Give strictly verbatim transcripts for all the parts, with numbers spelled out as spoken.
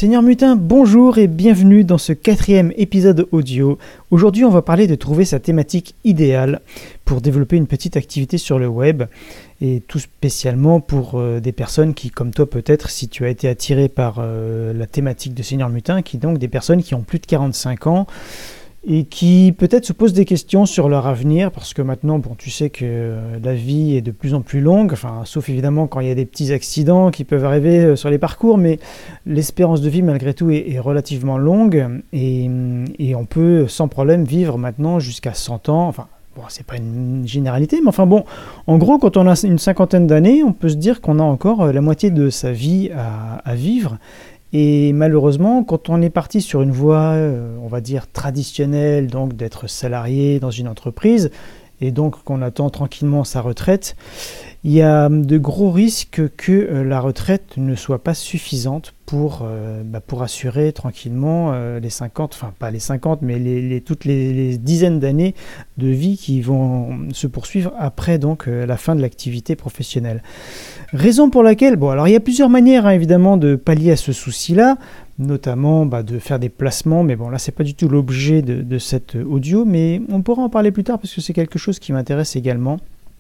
Seigneur Mutin, bonjour et bienvenue dans ce quatrième épisode audio. Aujourd'hui, on va parler de trouver sa thématique idéale pour développer une petite activité sur le web et tout spécialement pour euh, des personnes qui, comme toi peut-être, si tu as été attiré par euh, la thématique de Seigneur Mutin, qui donc des personnes qui ont plus de quarante-cinq ans et qui peut-être se posent des questions sur leur avenir parce que maintenant, bon, tu sais que euh, la vie est de plus en plus longue, enfin, sauf évidemment quand il y a des petits accidents qui peuvent arriver euh, sur les parcours, mais l'espérance de vie malgré tout est, est relativement longue et, et on peut sans problème vivre maintenant jusqu'à cent ans, enfin, bon, c'est pas une généralité, mais enfin bon, en gros, quand on a une cinquantaine d'années, on peut se dire qu'on a encore la moitié de sa vie à, à vivre. Et malheureusement, quand on est parti sur une voie, euh, on va dire, traditionnelle, donc d'être salarié dans une entreprise, et donc qu'on attend tranquillement sa retraite, il y a de gros risques que euh, la retraite ne soit pas suffisante pour, euh, bah, pour assurer tranquillement euh, les cinquante, enfin pas les cinquante, mais les, les, toutes les, les dizaines d'années de vie qui vont se poursuivre après donc euh, la fin de l'activité professionnelle. Raison pour laquelle, bon alors il y a plusieurs manières hein, évidemment de pallier à ce souci-là, notamment bah, de faire des placements, mais bon là c'est pas du tout l'objet de, de cet audio, mais on pourra en parler plus tard parce que c'est quelque chose qui m'intéresse également.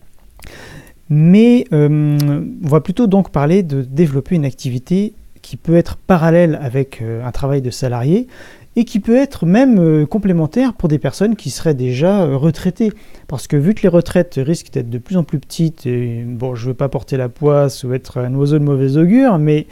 Mais euh, on va plutôt donc parler de développer une activité qui peut être parallèle avec euh, un travail de salarié et qui peut être même euh, complémentaire pour des personnes qui seraient déjà euh, retraitées. Parce que vu que les retraites risquent d'être de plus en plus petites, et bon, je ne veux pas porter la poisse ou être un oiseau de mauvais augure, mais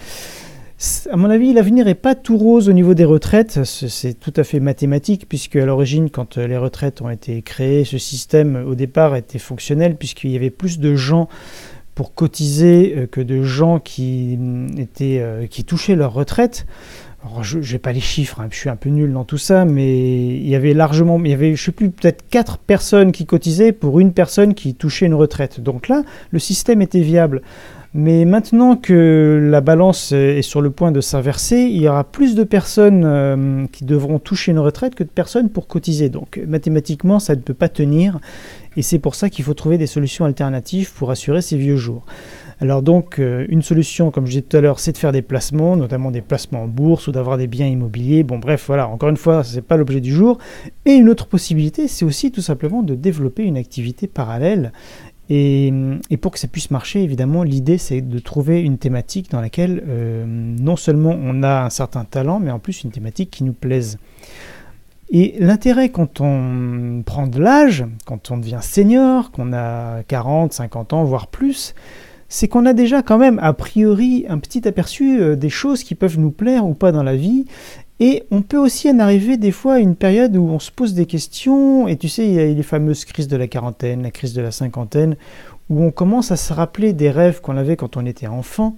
à mon avis, l'avenir n'est pas tout rose au niveau des retraites. C'est tout à fait mathématique, puisque à l'origine, quand les retraites ont été créées, ce système, au départ, était fonctionnel, puisqu'il y avait plus de gens pour cotiser que de gens qui, étaient, qui touchaient leur retraite. Alors, je n'ai pas les chiffres, hein, je suis un peu nul dans tout ça, mais il y avait largement, il y avait, je ne sais plus, peut-être quatre personnes qui cotisaient pour une personne qui touchait une retraite. Donc là, le système était viable. Mais maintenant que la balance est sur le point de s'inverser, il y aura plus de personnes euh, qui devront toucher une retraite que de personnes pour cotiser. Donc mathématiquement, ça ne peut pas tenir. Et c'est pour ça qu'il faut trouver des solutions alternatives pour assurer ces vieux jours. Alors donc, euh, une solution, comme je disais tout à l'heure, c'est de faire des placements, notamment des placements en bourse ou d'avoir des biens immobiliers. Bon bref, voilà, encore une fois, ce n'est pas l'objet du jour. Et une autre possibilité, c'est aussi tout simplement de développer une activité parallèle. Et, et pour que ça puisse marcher, évidemment, l'idée, c'est de trouver une thématique dans laquelle euh, non seulement on a un certain talent, mais en plus une thématique qui nous plaise. Et l'intérêt quand on prend de l'âge, quand on devient senior, qu'on a quarante, cinquante ans, voire plus, c'est qu'on a déjà quand même, a priori, un petit aperçu euh, des choses qui peuvent nous plaire ou pas dans la vie. Et on peut aussi en arriver des fois à une période où on se pose des questions, et tu sais, il y a les fameuses crises de la quarantaine, la crise de la cinquantaine, où on commence à se rappeler des rêves qu'on avait quand on était enfant,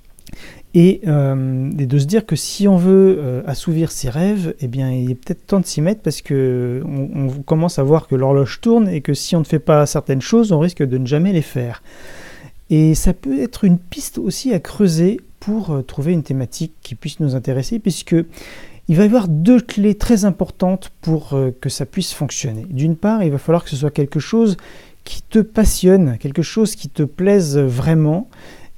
et, euh, et de se dire que si on veut euh, assouvir ses rêves, eh bien, il est peut-être temps de s'y mettre, parce qu'on on commence à voir que l'horloge tourne, et que si on ne fait pas certaines choses, on risque de ne jamais les faire. Et ça peut être une piste aussi à creuser pour euh, trouver une thématique qui puisse nous intéresser, puisque il va y avoir deux clés très importantes pour euh, que ça puisse fonctionner. D'une part, il va falloir que ce soit quelque chose qui te passionne, quelque chose qui te plaise vraiment,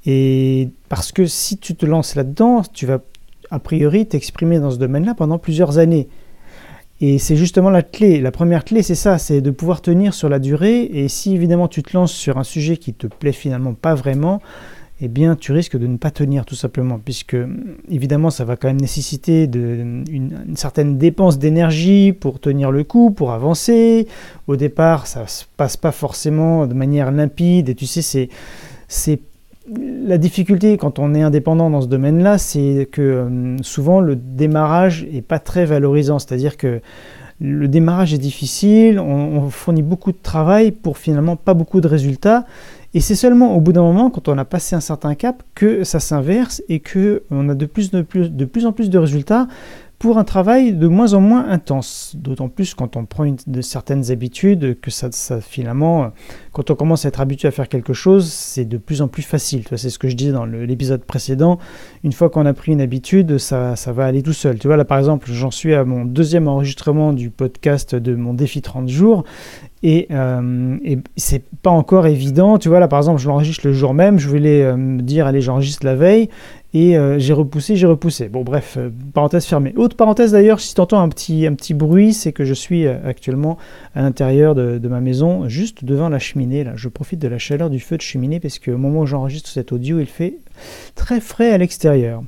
et parce que si tu te lances là-dedans, tu vas a priori t'exprimer dans ce domaine-là pendant plusieurs années. Et c'est justement la clé. La première clé, c'est ça, c'est de pouvoir tenir sur la durée. Et si évidemment tu te lances sur un sujet qui te plaît finalement pas vraiment, eh bien tu risques de ne pas tenir tout simplement, puisque évidemment ça va quand même nécessiter de, une, une certaine dépense d'énergie pour tenir le coup, pour avancer. Au départ, ça se passe pas forcément de manière limpide. Et tu sais, c'est, c'est la difficulté quand on est indépendant dans ce domaine-là, c'est que euh, souvent le démarrage n'est pas très valorisant. C'est-à-dire que le démarrage est difficile, on, on fournit beaucoup de travail pour finalement pas beaucoup de résultats. Et c'est seulement au bout d'un moment, quand on a passé un certain cap, que ça s'inverse et qu'on a de plus, de, plus, de plus en plus de résultats pour un travail de moins en moins intense. D'autant plus quand on prend une, de certaines habitudes, que ça, ça finalement, quand on commence à être habitué à faire quelque chose, c'est de plus en plus facile. Tu vois, c'est ce que je disais dans le, l'épisode précédent. Une fois qu'on a pris une habitude, ça, ça va aller tout seul. Tu vois, là par exemple, j'en suis à mon deuxième enregistrement du podcast de mon défi trente jours. Et, euh, et c'est pas encore évident, tu vois, là par exemple je l'enregistre le jour même, je voulais euh, me dire allez j'enregistre la veille, et euh, j'ai repoussé, j'ai repoussé. Bon bref, euh, parenthèse fermée. Autre parenthèse d'ailleurs, si tu entends un petit, un petit bruit, c'est que je suis euh, actuellement à l'intérieur de, de ma maison, juste devant la cheminée, là. Je profite de la chaleur du feu de cheminée, parce qu'au moment où j'enregistre cet audio, il fait très frais à l'extérieur.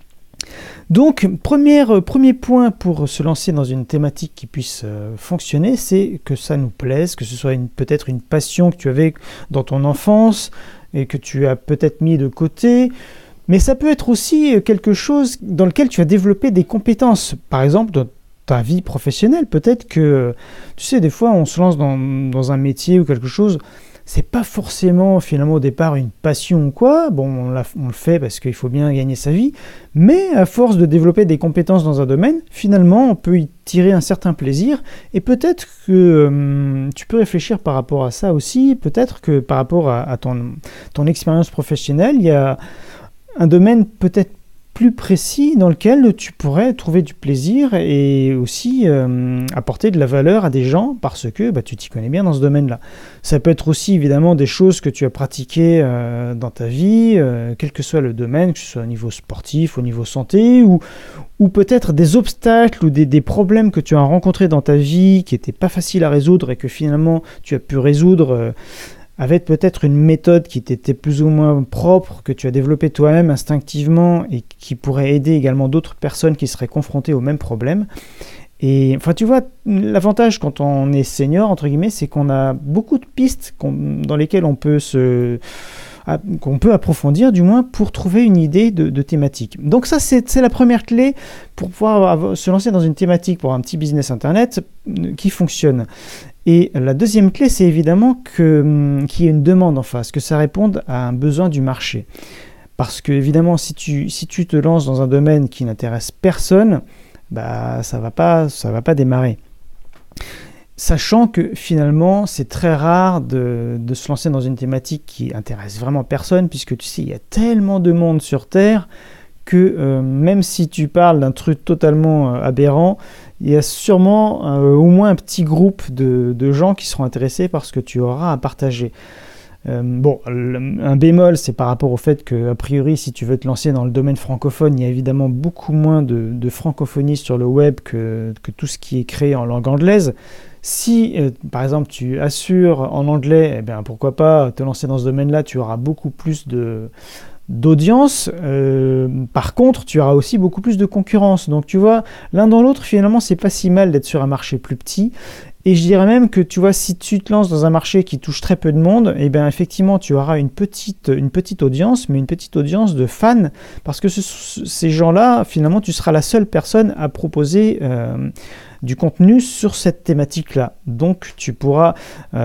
Donc, première, premier point pour se lancer dans une thématique qui puisse euh, fonctionner, c'est que ça nous plaise, que ce soit une, peut-être une passion que tu avais dans ton enfance et que tu as peut-être mis de côté, mais ça peut être aussi quelque chose dans lequel tu as développé des compétences. Par exemple, dans ta vie professionnelle, peut-être que, tu sais, des fois on se lance dans, dans un métier ou quelque chose, c'est pas forcément finalement au départ une passion ou quoi, bon on, l'a, on le fait parce qu'il faut bien gagner sa vie, mais à force de développer des compétences dans un domaine, finalement on peut y tirer un certain plaisir, et peut-être que hum, tu peux réfléchir par rapport à ça aussi, peut-être que par rapport à, à ton, ton expérience professionnelle, il y a un domaine peut-être plus précis dans lequel tu pourrais trouver du plaisir et aussi euh, apporter de la valeur à des gens parce que bah, tu t'y connais bien dans ce domaine-là. Ça peut être aussi évidemment des choses que tu as pratiquées euh, dans ta vie, euh, quel que soit le domaine, que ce soit au niveau sportif, au niveau santé, ou, ou peut-être des obstacles ou des, des problèmes que tu as rencontrés dans ta vie qui n'étaient pas faciles à résoudre et que finalement tu as pu résoudre euh, avec peut-être une méthode qui t'était plus ou moins propre, que tu as développée toi-même instinctivement et qui pourrait aider également d'autres personnes qui seraient confrontées au même problème. Et enfin, tu vois, l'avantage quand on est senior, entre guillemets, c'est qu'on a beaucoup de pistes qu'on, dans lesquelles on peut se... qu'on peut approfondir du moins pour trouver une idée de, de thématique. Donc ça c'est, c'est la première clé pour pouvoir avoir, se lancer dans une thématique pour un petit business internet qui fonctionne. Et la deuxième clé, c'est évidemment que, qu'il y ait une demande en face, que ça réponde à un besoin du marché. Parce que évidemment, si tu, si tu te lances dans un domaine qui n'intéresse personne, bah, ça va pas, ça va pas démarrer. Sachant que finalement, c'est très rare de, de se lancer dans une thématique qui intéresse vraiment personne, puisque tu sais, il y a tellement de monde sur Terre que euh, même si tu parles d'un truc totalement euh, aberrant, il y a sûrement euh, au moins un petit groupe de, de gens qui seront intéressés par ce que tu auras à partager. Euh, bon, le, un bémol, c'est par rapport au fait que, a priori, si tu veux te lancer dans le domaine francophone, il y a évidemment beaucoup moins de, de francophonie sur le web que, que tout ce qui est créé en langue anglaise. Si, euh, par exemple, tu assures en anglais, eh bien, pourquoi pas te lancer dans ce domaine-là, tu auras beaucoup plus de... d'audience, euh, par contre tu auras aussi beaucoup plus de concurrence, donc tu vois, l'un dans l'autre finalement c'est pas si mal d'être sur un marché plus petit, et je dirais même que tu vois, si tu te lances dans un marché qui touche très peu de monde, et bien effectivement tu auras une petite, une petite audience, mais une petite audience de fans, parce que ce, ces gens-là, finalement tu seras la seule personne à proposer euh, du contenu sur cette thématique-là. Donc tu pourras,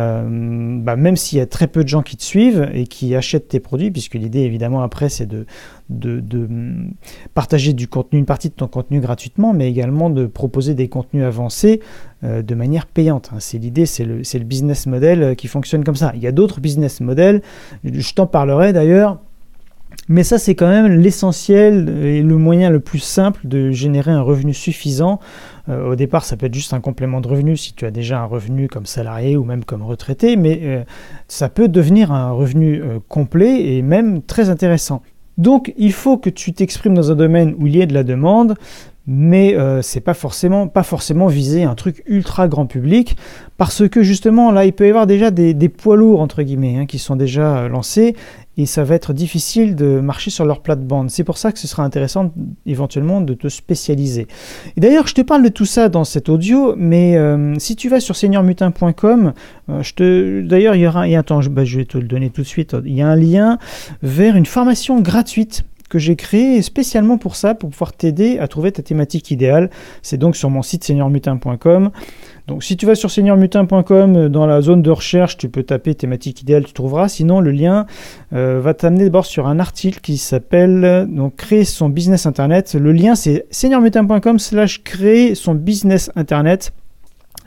euh, bah, même s'il y a très peu de gens qui te suivent et qui achètent tes produits, puisque l'idée évidemment après c'est de, de, de partager du contenu, une partie de ton contenu gratuitement, mais également de proposer des contenus avancés euh, de manière payante. C'est l'idée, c'est le, c'est le business model qui fonctionne comme ça. Il y a d'autres business models, je t'en parlerai d'ailleurs. Mais ça, c'est quand même l'essentiel et le moyen le plus simple de générer un revenu suffisant. Euh, au départ, ça peut être juste un complément de revenu si tu as déjà un revenu comme salarié ou même comme retraité, mais euh, ça peut devenir un revenu euh, complet et même très intéressant. Donc, il faut que tu t'exprimes dans un domaine où il y ait de la demande, mais euh, c'est pas forcément, pas forcément viser un truc ultra grand public, parce que justement, là, il peut y avoir déjà des, des poids lourds, entre guillemets, hein, qui sont déjà euh, lancés, et ça va être difficile de marcher sur leur plate-bande. C'est pour ça que ce sera intéressant éventuellement de te spécialiser. Et d'ailleurs, je te parle de tout ça dans cet audio, mais euh, si tu vas sur senior mutin point com, euh, je te, d'ailleurs, il y aura, et attends, je, bah, je vais te le donner tout de suite, il y a un lien vers une formation gratuite que j'ai créé spécialement pour ça, pour pouvoir t'aider à trouver ta thématique idéale. C'est donc sur mon site senior mutin point com. Donc si tu vas sur senior mutin point com, dans la zone de recherche, tu peux taper thématique idéale, tu trouveras. Sinon, le lien euh, va t'amener d'abord sur un article qui s'appelle donc créer son business internet. Le lien c'est senior mutin point com slash créer son business internet.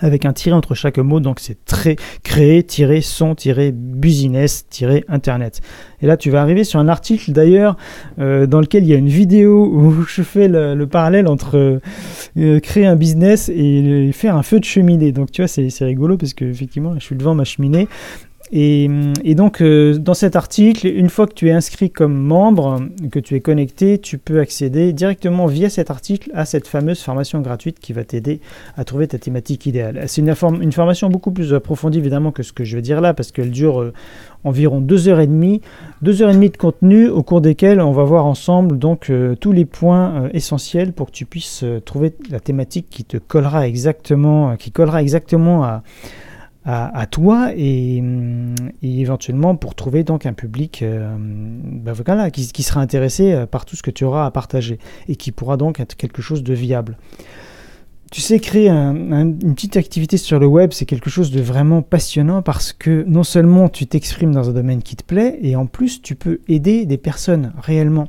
avec un tiret entre chaque mot, donc c'est très créer, son, business, internet. Et là, tu vas arriver sur un article d'ailleurs euh, dans lequel il y a une vidéo où je fais le, le parallèle entre euh, créer un business et faire un feu de cheminée. Donc tu vois, c'est, c'est rigolo parce que effectivement, je suis devant ma cheminée. Et, et donc, euh, dans cet article, une fois que tu es inscrit comme membre, que tu es connecté, tu peux accéder directement via cet article à cette fameuse formation gratuite qui va t'aider à trouver ta thématique idéale. C'est une, inform- une formation beaucoup plus approfondie, évidemment, que ce que je vais dire là, parce qu'elle dure euh, environ deux heures et demie, deux heures et demie de contenu au cours desquels on va voir ensemble donc euh, tous les points euh, essentiels pour que tu puisses euh, trouver la thématique qui te collera exactement, euh, qui collera exactement à À, à toi et, et éventuellement pour trouver donc un public euh, ben voilà, qui, qui sera intéressé par tout ce que tu auras à partager et qui pourra donc être quelque chose de viable. Tu sais, créer un, un, une petite activité sur le web, c'est quelque chose de vraiment passionnant parce que non seulement tu t'exprimes dans un domaine qui te plaît, et en plus tu peux aider des personnes réellement.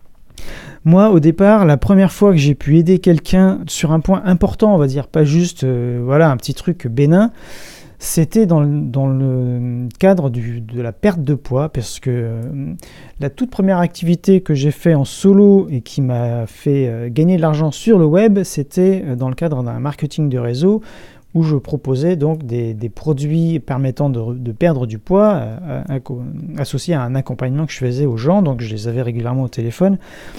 Moi, au départ, la première fois que j'ai pu aider quelqu'un sur un point important, on va dire, pas juste euh, voilà, un petit truc bénin, c'était dans le, dans le cadre du, de la perte de poids, parce que euh, la toute première activité que j'ai fait en solo et qui m'a fait euh, gagner de l'argent sur le web, c'était dans le cadre d'un marketing de réseau où je proposais donc des, des produits permettant de, de perdre du poids euh, associés à un accompagnement que je faisais aux gens, donc je les avais régulièrement au téléphone.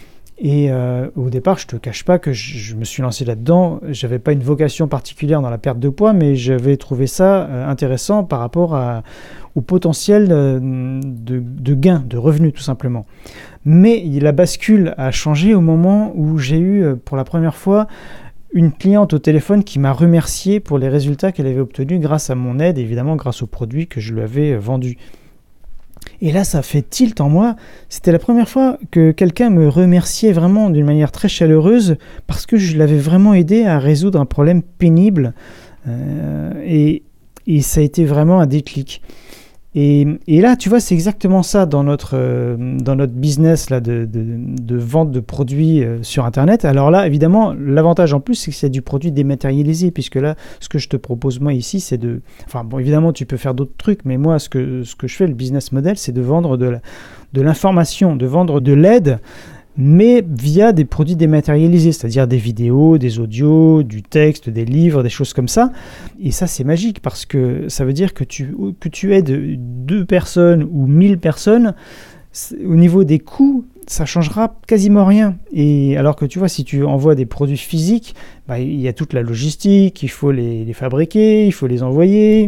Et euh, au départ, je te cache pas que je, je me suis lancé là-dedans. J'avais pas une vocation particulière dans la perte de poids, mais j'avais trouvé ça euh, intéressant par rapport à, au potentiel euh, de, de gain, de revenus tout simplement. Mais la bascule a changé au moment où j'ai eu euh, pour la première fois une cliente au téléphone qui m'a remercié pour les résultats qu'elle avait obtenus grâce à mon aide, évidemment grâce aux produits que je lui avais vendus. Et là, ça fait tilt en moi. C'était la première fois que quelqu'un me remerciait vraiment d'une manière très chaleureuse parce que je l'avais vraiment aidé à résoudre un problème pénible. Euh, et, et ça a été vraiment un déclic. Et, et là, tu vois, c'est exactement ça dans notre, euh, dans notre business là, de, de, de vente de produits euh, sur Internet. Alors là, évidemment, l'avantage en plus, c'est que c'est du produit dématérialisé, puisque là, ce que je te propose moi ici, c'est de... Enfin, bon, évidemment, tu peux faire d'autres trucs, mais moi, ce que, ce que je fais, le business model, c'est de vendre de, la, de l'information, de vendre de l'aide, mais via des produits dématérialisés, c'est-à-dire des vidéos, des audios, du texte, des livres, des choses comme ça. Et ça, c'est magique parce que ça veut dire que tu, que tu aides deux personnes ou mille personnes, au niveau des coûts, ça changera quasiment rien. Et alors que tu vois, si tu envoies des produits physiques, bah, il y a toute la logistique, il faut les, les fabriquer, il faut les envoyer.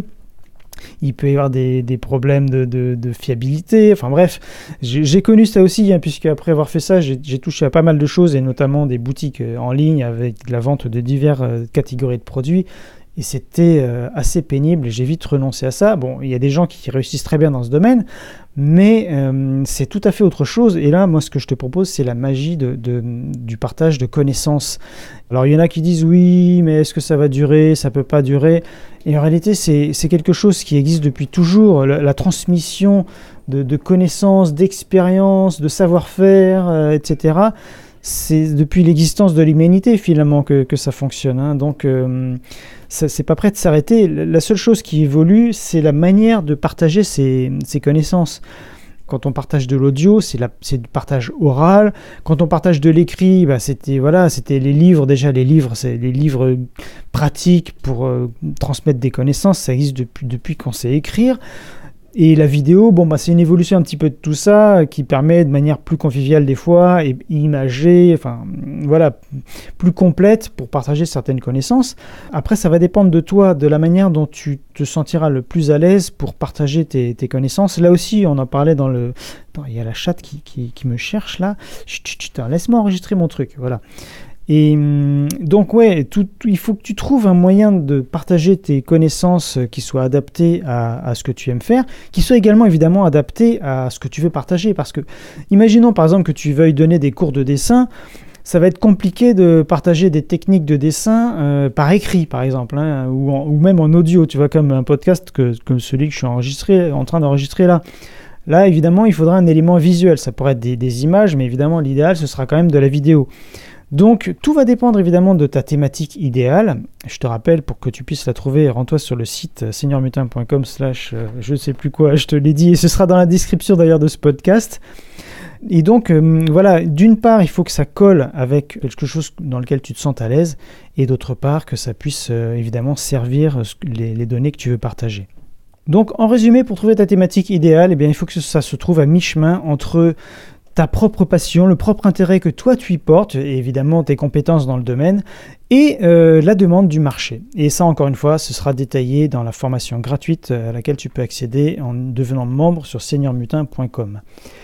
Il peut y avoir des, des problèmes de, de, de fiabilité, enfin bref, j'ai, j'ai connu ça aussi, hein, puisque après avoir fait ça, j'ai, j'ai touché à pas mal de choses, et notamment des boutiques en ligne avec de la vente de diverses euh, catégories de produits, et c'était euh, assez pénible, et j'ai vite renoncé à ça. Bon, il y a des gens qui réussissent très bien dans ce domaine, mais euh, c'est tout à fait autre chose, et là, moi, ce que je te propose, c'est la magie de, de, du partage de connaissances. Alors, il y en a qui disent, oui, mais est-ce que ça va durer, ça peut pas durer? Et en réalité, c'est, c'est quelque chose qui existe depuis toujours, la, la transmission de, de connaissances, d'expériences, de savoir-faire, euh, et cetera. C'est depuis l'existence de l'humanité, finalement, que, que ça fonctionne, hein. Donc, euh, ça, c'est pas prêt de s'arrêter. La seule chose qui évolue, c'est la manière de partager ces, ces connaissances. Quand on partage de l'audio, c'est, la, c'est du partage oral. Quand on partage de l'écrit, bah c'était, voilà, c'était les livres. Déjà, les livres, c'est les livres pratiques pour euh, transmettre des connaissances. Ça existe depuis, depuis qu'on sait écrire. Et la vidéo, bon, bah, c'est une évolution un petit peu de tout ça, qui permet de manière plus conviviale des fois, et imagée, enfin, voilà, plus complète pour partager certaines connaissances. Après, ça va dépendre de toi, de la manière dont tu te sentiras le plus à l'aise pour partager tes, tes connaissances. Là aussi, on en parlait dans le... Attends, il y a la chatte qui, qui, qui me cherche, là. Chut, chut, chut, laisse-moi enregistrer mon truc, voilà. Et donc ouais, tout, tout, il faut que tu trouves un moyen de partager tes connaissances qui soient adaptées à, à ce que tu aimes faire, qui soient également évidemment adaptées à ce que tu veux partager. Parce que, imaginons par exemple que tu veuilles donner des cours de dessin, ça va être compliqué de partager des techniques de dessin euh, par écrit, par exemple, hein, ou, en, ou même en audio, tu vois, comme un podcast que, comme celui que je suis enregistré, en train d'enregistrer là. Là, évidemment, il faudra un élément visuel. Ça pourrait être des, des images, mais évidemment, l'idéal, ce sera quand même de la vidéo. Donc tout va dépendre évidemment de ta thématique idéale. Je te rappelle, pour que tu puisses la trouver, rends-toi sur le site seigneur mutin point com slash je ne sais plus quoi, je te l'ai dit, et ce sera dans la description d'ailleurs de ce podcast. Et donc euh, voilà, d'une part il faut que ça colle avec quelque chose dans lequel tu te sens à l'aise, et d'autre part que ça puisse euh, évidemment servir les, les données que tu veux partager. Donc en résumé, pour trouver ta thématique idéale, eh bien, il faut que ça se trouve à mi-chemin entre ta propre passion, le propre intérêt que toi tu y portes, et évidemment tes compétences dans le domaine, et euh, la demande du marché. Et ça, encore une fois, ce sera détaillé dans la formation gratuite à laquelle tu peux accéder en devenant membre sur seigneur mutin point com.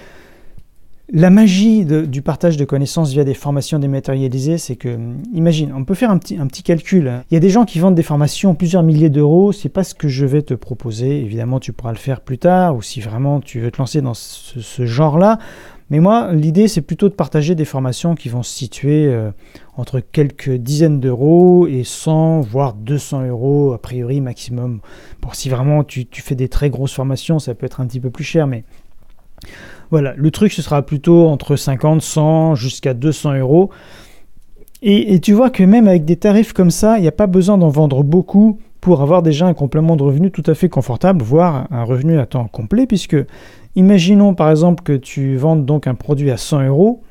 La magie de, du partage de connaissances via des formations dématérialisées, c'est que, imagine, on peut faire un petit, un petit calcul. Il y a des gens qui vendent des formations plusieurs milliers d'euros, c'est pas ce que je vais te proposer. Évidemment, tu pourras le faire plus tard, ou si vraiment tu veux te lancer dans ce, ce genre-là. Mais moi, l'idée, c'est plutôt de partager des formations qui vont se situer euh, entre quelques dizaines d'euros et cent, voire deux cents euros, a priori, maximum. Bon, si vraiment tu, tu fais des très grosses formations, ça peut être un petit peu plus cher, mais voilà, le truc, ce sera plutôt entre cinquante, cent, jusqu'à deux cents euros. Et, et tu vois que même avec des tarifs comme ça, il n'y a pas besoin d'en vendre beaucoup pour avoir déjà un complément de revenu tout à fait confortable, voire un revenu à temps complet, puisque imaginons par exemple que tu vendes donc un produit à cent euros,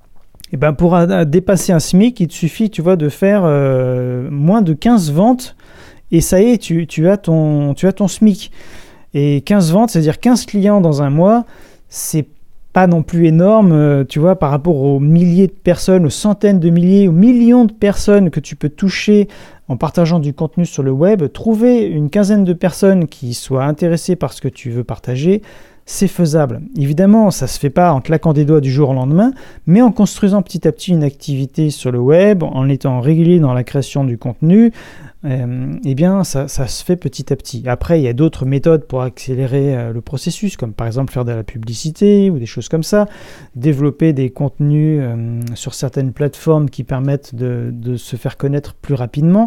et ben pour a, dépasser un SMIC, il te suffit, tu vois, de faire euh, moins de quinze ventes, et ça y est, tu, tu, as ton, tu as ton SMIC. Et quinze ventes, c'est-à-dire quinze clients dans un mois, c'est pas non plus énorme, euh, tu vois, par rapport aux milliers de personnes, aux centaines de milliers, aux millions de personnes que tu peux toucher en partageant du contenu sur le web. Trouver une quinzaine de personnes qui soient intéressées par ce que tu veux partager, c'est faisable. Évidemment, ça ne se fait pas en claquant des doigts du jour au lendemain, mais en construisant petit à petit une activité sur le web, en étant régulier dans la création du contenu, euh, eh bien, ça, ça se fait petit à petit. Après, il y a d'autres méthodes pour accélérer euh, le processus, comme par exemple faire de la publicité ou des choses comme ça, développer des contenus euh, sur certaines plateformes qui permettent de, de se faire connaître plus rapidement.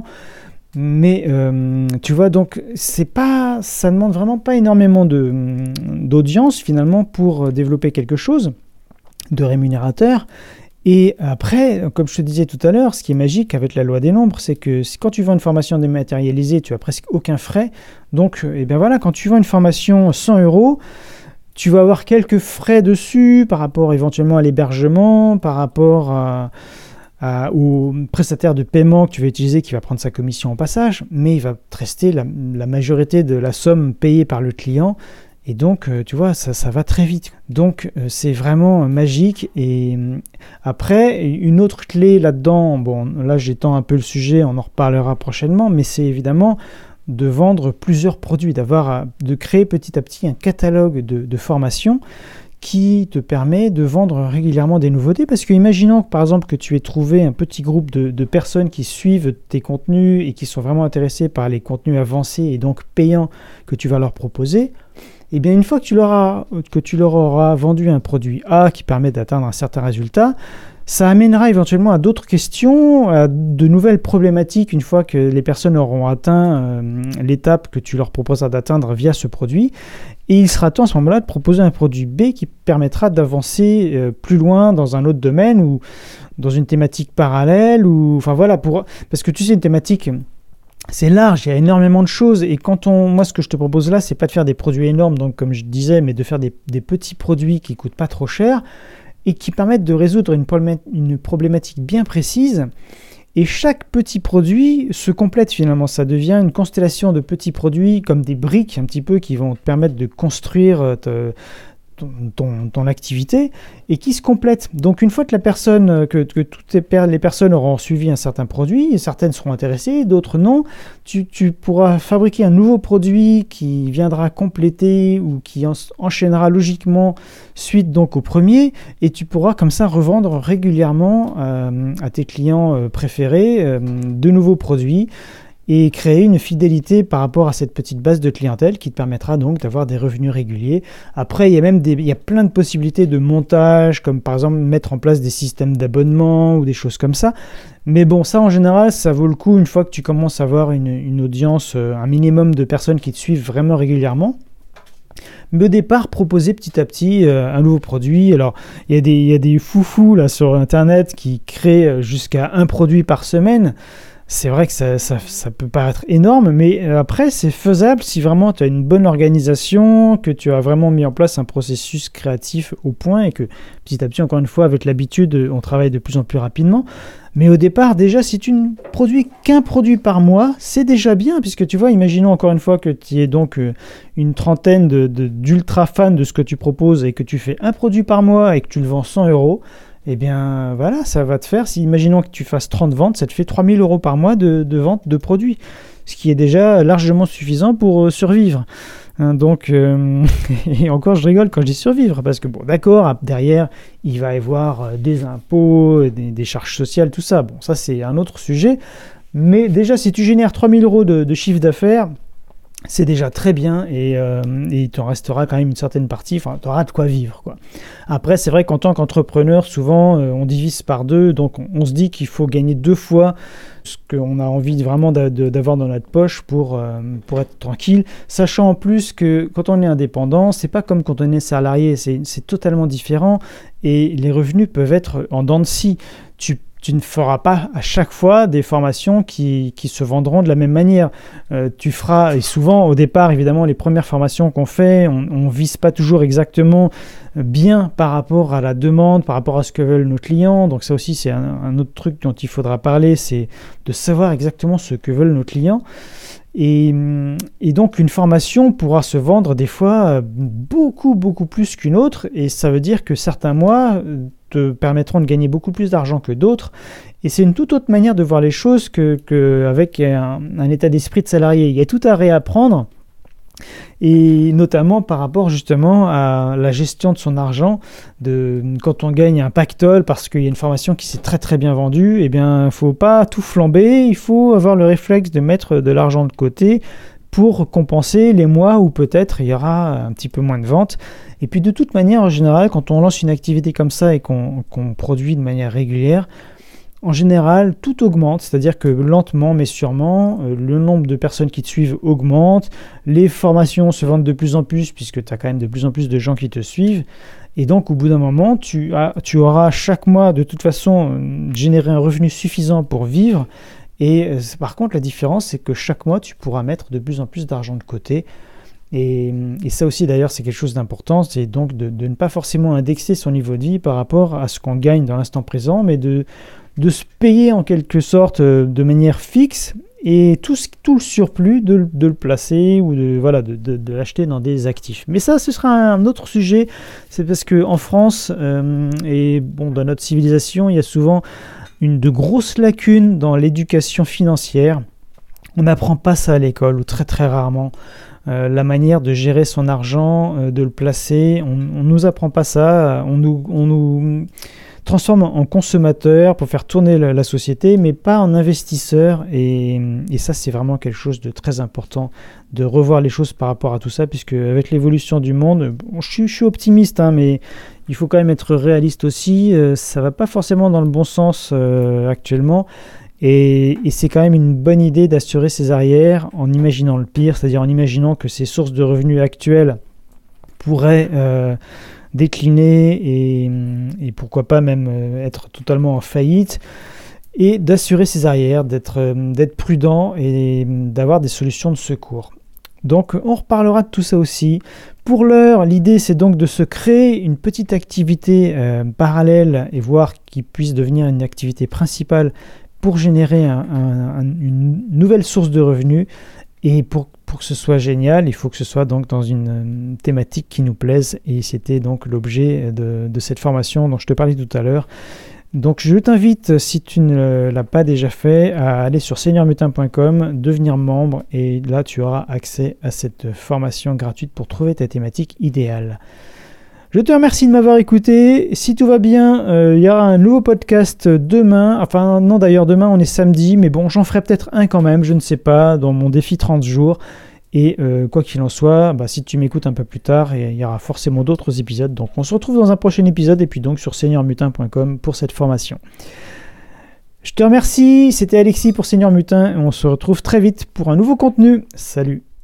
Mais euh, tu vois, donc c'est pas, ça demande vraiment pas énormément de, d'audience finalement pour développer quelque chose de rémunérateur. Et après, comme je te disais tout à l'heure, ce qui est magique avec la loi des nombres, c'est que quand tu vends une formation dématérialisée, tu as presque aucun frais. Donc, eh bien voilà, quand tu vends une formation cent euros, tu vas avoir quelques frais dessus par rapport éventuellement à l'hébergement, par rapport à Euh, ou prestataire de paiement que tu vas utiliser qui va prendre sa commission au passage, mais il va te rester la, la majorité de la somme payée par le client, et donc euh, tu vois, ça, ça va très vite. Donc euh, c'est vraiment magique. Et euh, après, une autre clé là-dedans, bon là j'étends un peu le sujet, on en reparlera prochainement, mais c'est évidemment de vendre plusieurs produits, d'avoir, de créer petit à petit un catalogue de, de formations qui te permet de vendre régulièrement des nouveautés, parce que imaginons que, par exemple, que tu aies trouvé un petit groupe de, de personnes qui suivent tes contenus et qui sont vraiment intéressés par les contenus avancés et donc payants que tu vas leur proposer. Et bien une fois que tu leur as, que tu leur auras vendu un produit A qui permet d'atteindre un certain résultat, ça amènera éventuellement à d'autres questions, à de nouvelles problématiques une fois que les personnes auront atteint euh, l'étape que tu leur proposeras d'atteindre via ce produit. Et il sera temps à ce moment-là de proposer un produit B qui permettra d'avancer euh, plus loin dans un autre domaine ou dans une thématique parallèle. Ou, enfin voilà, pour, parce que tu sais, une thématique, c'est large, il y a énormément de choses. Et quand on, moi, ce que je te propose là, c'est pas de faire des produits énormes, donc comme je disais, mais de faire des, des petits produits qui coûtent pas trop cher et qui permettent de résoudre une, une problématique bien précise. Et chaque petit produit se complète finalement, ça devient une constellation de petits produits comme des briques un petit peu qui vont te permettre de construire te, ton, ton, ton activité et qui se complètent. Donc une fois que la personne, que, que toutes les personnes auront suivi un certain produit, certaines seront intéressées, d'autres non, tu, tu pourras fabriquer un nouveau produit qui viendra compléter ou qui en, enchaînera logiquement suite donc au premier, et tu pourras comme ça revendre régulièrement euh, à tes clients euh, préférés euh, de nouveaux produits et créer une fidélité par rapport à cette petite base de clientèle qui te permettra donc d'avoir des revenus réguliers. Après, il y a même des, il y a plein de possibilités de montage, comme par exemple mettre en place des systèmes d'abonnement ou des choses comme ça. Mais bon, ça en général, ça vaut le coup une fois que tu commences à avoir une, une audience, un minimum de personnes qui te suivent vraiment régulièrement. Mais au départ, proposer petit à petit euh, un nouveau produit. Alors, il y a des, il y a des foufous là sur Internet qui créent jusqu'à un produit par semaine. C'est vrai que ça, ça, ça peut paraître énorme, mais après, c'est faisable si vraiment tu as une bonne organisation, que tu as vraiment mis en place un processus créatif au point et que petit à petit, encore une fois, avec l'habitude, on travaille de plus en plus rapidement. Mais au départ, déjà, si tu ne produis qu'un produit par mois, c'est déjà bien, puisque tu vois, imaginons encore une fois que tu es donc une trentaine de, de, d'ultra fans de ce que tu proposes et que tu fais un produit par mois et que tu le vends cent euros. Eh bien, voilà, ça va te faire, si imaginons que tu fasses trente ventes, ça te fait trois mille euros par mois de, de vente de produits, ce qui est déjà largement suffisant pour euh, survivre. Hein, donc, euh, et encore, je rigole quand je dis survivre, parce que, bon, d'accord, derrière, il va y avoir des impôts, des, des charges sociales, tout ça. Bon, ça, c'est un autre sujet. Mais déjà, si tu génères trois mille euros de, de chiffre d'affaires, c'est déjà très bien et, euh, et il t'en restera quand même une certaine partie, enfin tu auras de quoi vivre, quoi. Après c'est vrai qu'en tant qu'entrepreneur souvent euh, on divise par deux, donc on, on se dit qu'il faut gagner deux fois ce qu'on a envie vraiment d'a, de, d'avoir dans notre poche pour, euh, pour être tranquille, sachant en plus que quand on est indépendant, c'est pas comme quand on est salarié, c'est, c'est totalement différent et les revenus peuvent être en dents de scie. Tu Tu ne feras pas à chaque fois des formations qui, qui se vendront de la même manière. Euh, tu feras, et souvent au départ, évidemment, les premières formations qu'on fait, on ne vise pas toujours exactement bien par rapport à la demande, par rapport à ce que veulent nos clients. Donc ça aussi, c'est un, un autre truc dont il faudra parler, c'est de savoir exactement ce que veulent nos clients. Et, et donc une formation pourra se vendre des fois beaucoup, beaucoup plus qu'une autre. Et ça veut dire que certains mois te permettront de gagner beaucoup plus d'argent que d'autres. Et c'est une toute autre manière de voir les choses qu'avec un, un état d'esprit de salarié. Il y a tout à réapprendre. Et notamment par rapport justement à la gestion de son argent, de, quand on gagne un pactole parce qu'il y a une formation qui s'est très très bien vendue, eh bien il ne faut pas tout flamber, il faut avoir le réflexe de mettre de l'argent de côté pour compenser les mois où peut-être il y aura un petit peu moins de ventes. Et puis de toute manière, en général, quand on lance une activité comme ça et qu'on, qu'on produit de manière régulière, en général, tout augmente, c'est-à-dire que lentement mais sûrement, euh, le nombre de personnes qui te suivent augmente, les formations se vendent de plus en plus puisque tu as quand même de plus en plus de gens qui te suivent, et donc au bout d'un moment, tu, as, tu auras chaque mois de toute façon euh, généré un revenu suffisant pour vivre, et euh, par contre la différence c'est que chaque mois tu pourras mettre de plus en plus d'argent de côté. Et, et ça aussi d'ailleurs c'est quelque chose d'important, c'est donc de, de ne pas forcément indexer son niveau de vie par rapport à ce qu'on gagne dans l'instant présent, mais de de se payer en quelque sorte de manière fixe et tout, ce, tout le surplus de, de le placer ou de, voilà, de, de, de l'acheter dans des actifs. Mais ça, ce sera un autre sujet. C'est parce qu'en France euh, et bon, dans notre civilisation, il y a souvent une, de grosses lacunes dans l'éducation financière. On n'apprend pas ça à l'école ou très très rarement. Euh, la manière de gérer son argent, euh, de le placer, on ne nous apprend pas ça. On nous... On nous transforme en consommateur pour faire tourner la, la société, mais pas en investisseur. Et, et ça, c'est vraiment quelque chose de très important, de revoir les choses par rapport à tout ça, puisque avec l'évolution du monde, bon, je, suis, je suis optimiste, hein, mais il faut quand même être réaliste aussi. Euh, ça va pas forcément dans le bon sens euh, actuellement. Et, et c'est quand même une bonne idée d'assurer ses arrières en imaginant le pire, c'est-à-dire en imaginant que ses sources de revenus actuelles pourraient... Euh, décliner et, et pourquoi pas même être totalement en faillite, et d'assurer ses arrières, d'être, d'être prudent et d'avoir des solutions de secours. Donc on reparlera de tout ça aussi. Pour l'heure, l'idée c'est donc de se créer une petite activité euh, parallèle et voir qu'il puisse devenir une activité principale pour générer un, un, une nouvelle source de revenus. Et pour, pour que ce soit génial, il faut que ce soit donc dans une, une thématique qui nous plaise. Et c'était donc l'objet de, de cette formation dont je te parlais tout à l'heure. Donc je t'invite, si tu ne l'as pas déjà fait, à aller sur seigneur mutin point com, devenir membre. Et là, tu auras accès à cette formation gratuite pour trouver ta thématique idéale. Je te remercie de m'avoir écouté. Si tout va bien, euh, il y aura un nouveau podcast demain. Enfin, non, d'ailleurs, demain, on est samedi. Mais bon, j'en ferai peut-être un quand même, je ne sais pas, dans mon défi trente jours. Et euh, quoi qu'il en soit, bah, si tu m'écoutes un peu plus tard, il y aura forcément d'autres épisodes. Donc, on se retrouve dans un prochain épisode. Et puis donc sur seigneur mutin point com pour cette formation. Je te remercie. C'était Alexis pour Seigneur Mutin. Et on se retrouve très vite pour un nouveau contenu. Salut!